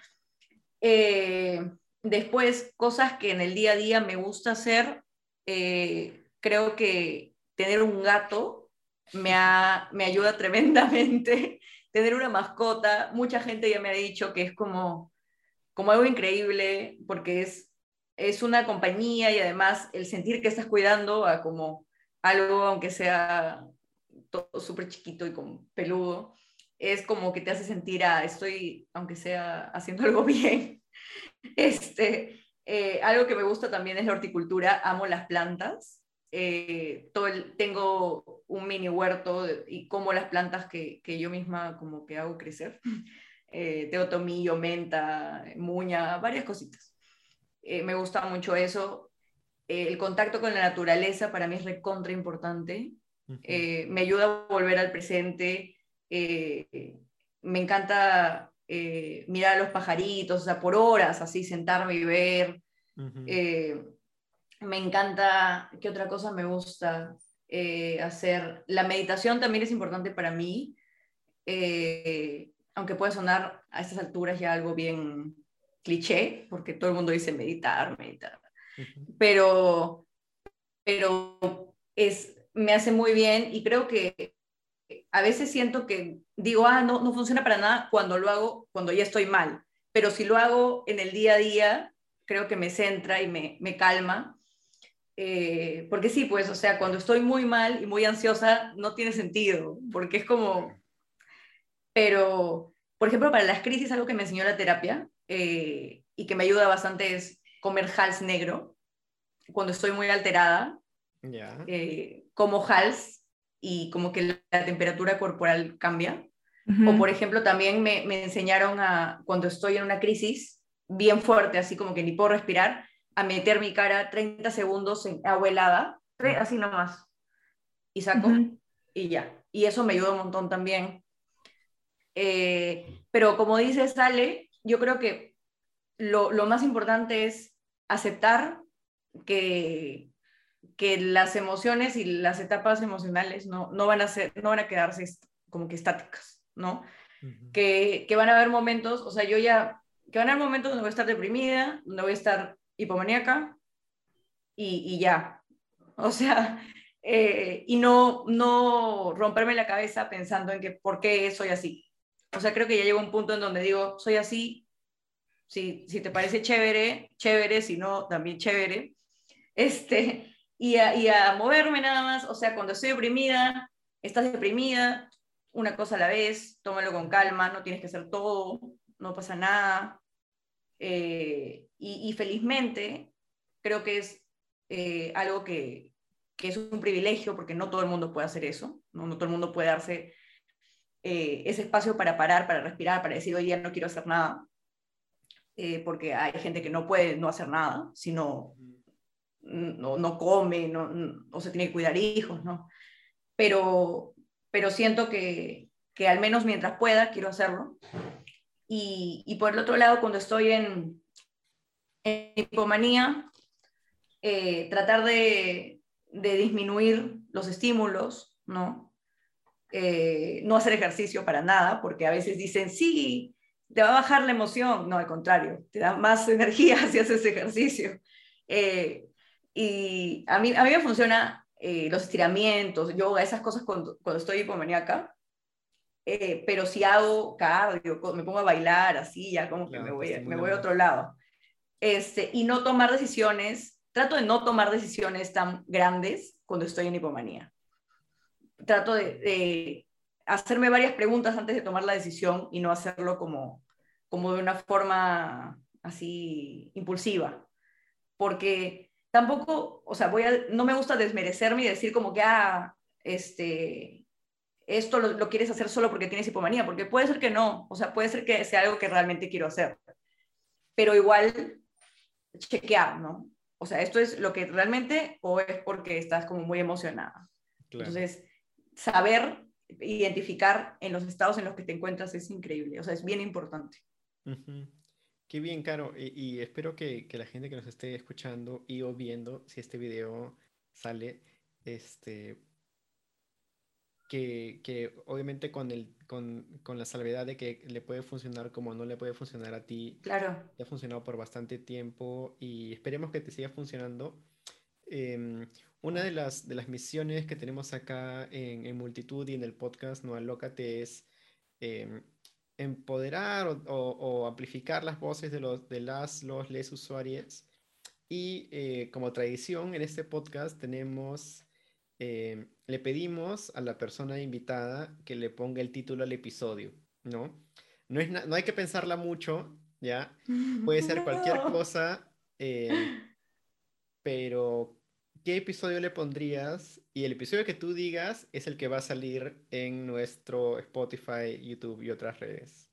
Eh, Después, cosas que en el día a día me gusta hacer, eh, creo que tener un gato me, ha, me ayuda tremendamente. Tener una mascota, mucha gente ya me ha dicho que es como, como algo increíble porque es, es una compañía y además el sentir que estás cuidando a como algo, aunque sea todo súper chiquito y con peludo, es como que te hace sentir a estoy, aunque sea haciendo algo bien. Este, eh, algo que me gusta también es la horticultura, amo las plantas. Eh, todo el- tengo un mini huerto de- y como las plantas que, que yo misma como que hago crecer. Eh, tengo tomillo, menta, muña, varias cositas. Eh, me gusta mucho eso. Eh, el contacto con la naturaleza para mí es recontra importante. Ujú. Eh, me ayuda a volver al presente. Eh, Me encanta eh, mirar a los pajaritos, o sea, por horas, así sentarme y ver. Ujú. Eh, Me encanta, ¿qué otra cosa me gusta eh, hacer? La meditación también es importante para mí, eh, aunque puede sonar a estas alturas ya algo bien cliché, porque todo el mundo dice meditar, meditar, Ujú. pero, pero es, me hace muy bien y creo que a veces siento que digo, ah, no, no funciona para nada cuando lo hago, cuando ya estoy mal, pero si lo hago en el día a día, creo que me centra y me, me calma. Eh, porque sí, pues, o sea, cuando estoy muy mal y muy ansiosa, no tiene sentido, porque es como, pero, por ejemplo, para las crisis, algo que me enseñó la terapia eh, y que me ayuda bastante es comer Hals negro. Cuando estoy muy alterada, Ya. eh, como Hals y como que la, la temperatura corporal cambia. O, Ujú. por ejemplo, también me, me enseñaron a, cuando estoy en una crisis bien fuerte, así como que ni puedo respirar, a meter mi cara treinta segundos en agua helada, tre- Ujú. así nomás, y saco, Ujú. y ya. Y eso me ayuda un montón también. Eh, pero como dice Sale, yo creo que lo, lo más importante es aceptar que, que las emociones y las etapas emocionales no, no, van a ser, no van a quedarse est- como que estáticas, ¿no? Ujú. Que, que van a haber momentos, o sea, yo ya, que van a haber momentos donde voy a estar deprimida, donde voy a estar hipomaníaca y, y ya. O sea, eh, y no, no romperme la cabeza pensando en que por qué soy así. O sea, creo que ya llegó un punto en donde digo, soy así, si, si te parece chévere, chévere, si no, también chévere. Este, y a, y a moverme nada más, o sea, cuando estoy deprimida, estás deprimida, una cosa a la vez, tómalo con calma, no tienes que hacer todo, no pasa nada. Eh, y, y felizmente creo que es eh, algo que, que es un privilegio porque no todo el mundo puede hacer eso, no, no todo el mundo puede darse eh, ese espacio para parar, para respirar, para decir, hoy día no quiero hacer nada, eh, porque hay gente que no puede no hacer nada, sino no, no come, no, no, o se tiene que cuidar hijos, ¿no? Pero, pero siento que, que al menos mientras pueda, quiero hacerlo. Y, y por el otro lado, cuando estoy en, en hipomanía, eh, tratar de, de disminuir los estímulos, ¿no? Eh, no hacer ejercicio para nada, porque a veces dicen, sí, te va a bajar la emoción. No, al contrario, te da más energía si haces ejercicio. Eh, y a mí, a mí me funciona eh, los estiramientos, yoga, esas cosas cuando, cuando estoy hipomaníaca. Eh, pero si hago cardio, me pongo a bailar así, ya como que Claro, me te voy, me estimula voy a más. otro lado. Este, y no tomar decisiones, trato de no tomar decisiones tan grandes cuando estoy en hipomanía. Trato de, de hacerme varias preguntas antes de tomar la decisión y no hacerlo como, como de una forma así impulsiva, porque tampoco, o sea, voy a, no me gusta desmerecerme y decir como que, ah, este, esto lo, lo quieres hacer solo porque tienes hipomanía, porque puede ser que no, o sea, puede ser que sea algo que realmente quiero hacer, pero igual chequear, ¿no? O sea, esto es lo que realmente o es porque estás como muy emocionada. Claro. Entonces, saber identificar en los estados en los que te encuentras es increíble, o sea, es bien importante. Ujú. Qué bien, Caro. Y, y espero que, que la gente que nos esté escuchando y o viendo, si este video sale, este, que, que obviamente con el, con, con la salvedad de que le puede funcionar como no le puede funcionar a ti, Claro. te ha funcionado por bastante tiempo y esperemos que te siga funcionando. Em, una de las, de las misiones que tenemos acá en, en Multitud y en el podcast No Alócate es em, empoderar o, o- o amplificar las voces de, los, de las, los, les usuarios. Y eh, como tradición en este podcast tenemos, em, le pedimos a la persona invitada que le ponga el título al episodio, ¿no? No es na- no hay que pensarla mucho, ¿ya? Puede ser cualquier No. cosa. em, pero ¿qué episodio le pondrías? Y el episodio que tú digas es el que va a salir en nuestro Spotify, YouTube y otras redes.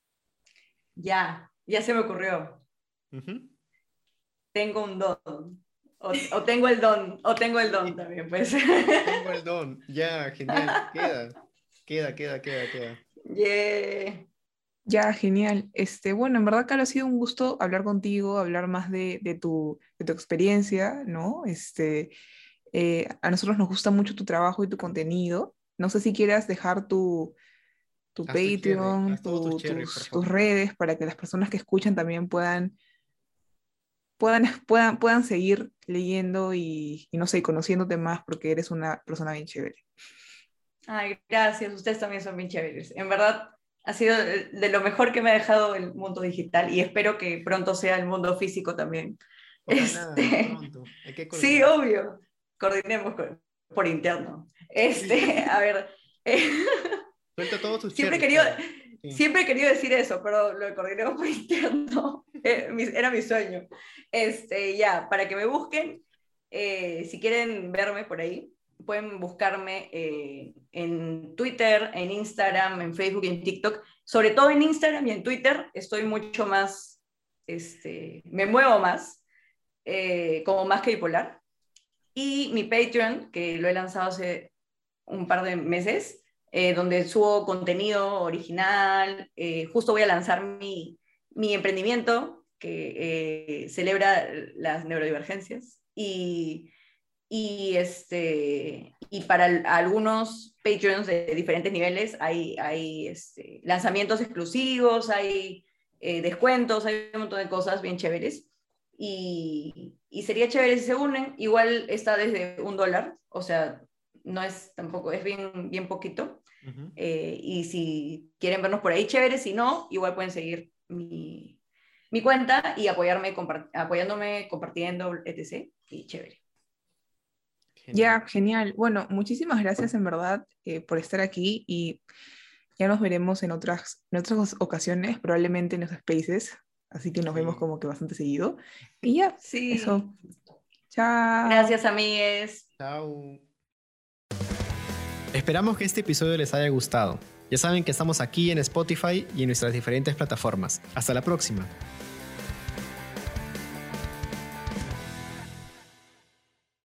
Ya, ya se me ocurrió. Ujú. Tengo un don. O, o tengo el don, o tengo el don Sí, también, pues. tengo el don. Ya, genial. Queda, queda, queda, queda, queda. Yeah. Ya, genial. Este, bueno, en verdad, Caro, ha sido un gusto hablar contigo, hablar más de, de tu, de tu experiencia, ¿no? Este, eh, a nosotros nos gusta mucho tu trabajo y tu contenido. No sé si quieras dejar tu, tu Haz tu cherry, Patreon, haz todos tus tu- cherry, por tus, tus favor. redes, para que las personas que escuchan también puedan, puedan, puedan, puedan seguir leyendo y, y, no sé, conociéndote más porque eres una persona bien chévere. Ay, gracias. Ustedes también son bien chéveres. En verdad, ha sido de de lo mejor que me ha dejado el mundo digital y espero que pronto sea el mundo físico también. Ojalá, Este, pronto. Hay que sí, coordinar. obvio. Coordinemos con- por interno. Sí, Este, a ver, eh, suelta todos tus siempre he cherry, querido, Caro. Sí. siempre he querido decir eso, pero lo de coordinemos por interno eh, mi- era mi sueño. Este, ya, para que me busquen, eh, si quieren verme por ahí, pueden buscarme eh, en Twitter, en Instagram, en Facebook y en TikTok. Sobre todo en Instagram y en Twitter estoy mucho más, este, me muevo más, eh, como más que bipolar. Y mi Patreon, que lo he lanzado hace un par de meses, eh, donde subo contenido original. Eh, justo voy a lanzar mi, mi emprendimiento que eh, celebra las neurodivergencias. Y, y, este, y para el- algunos Patreons de diferentes niveles hay, hay este, lanzamientos exclusivos, hay eh, descuentos, hay un montón de cosas bien chéveres. Y, y sería chévere si se unen. Igual está desde un dólar, o sea, no es tampoco, es bien, bien poquito. Ujú. Eh, y si quieren vernos por ahí, chévere. Si no, igual pueden seguir mi, mi cuenta y apoyarme, compart apoyándome, compartiendo, etcétera. Y chévere. Genial. Ya, genial. Bueno, muchísimas gracias en verdad eh, por estar aquí y ya nos veremos en otras, en otras ocasiones, probablemente en los spaces, así que nos vemos Sí. como que bastante seguido. Y ya, Sí, eso. Chao. gracias, amigues. Chao. Esperamos que este episodio les haya gustado. Ya saben que estamos aquí en Spotify y en nuestras diferentes plataformas. Hasta la próxima.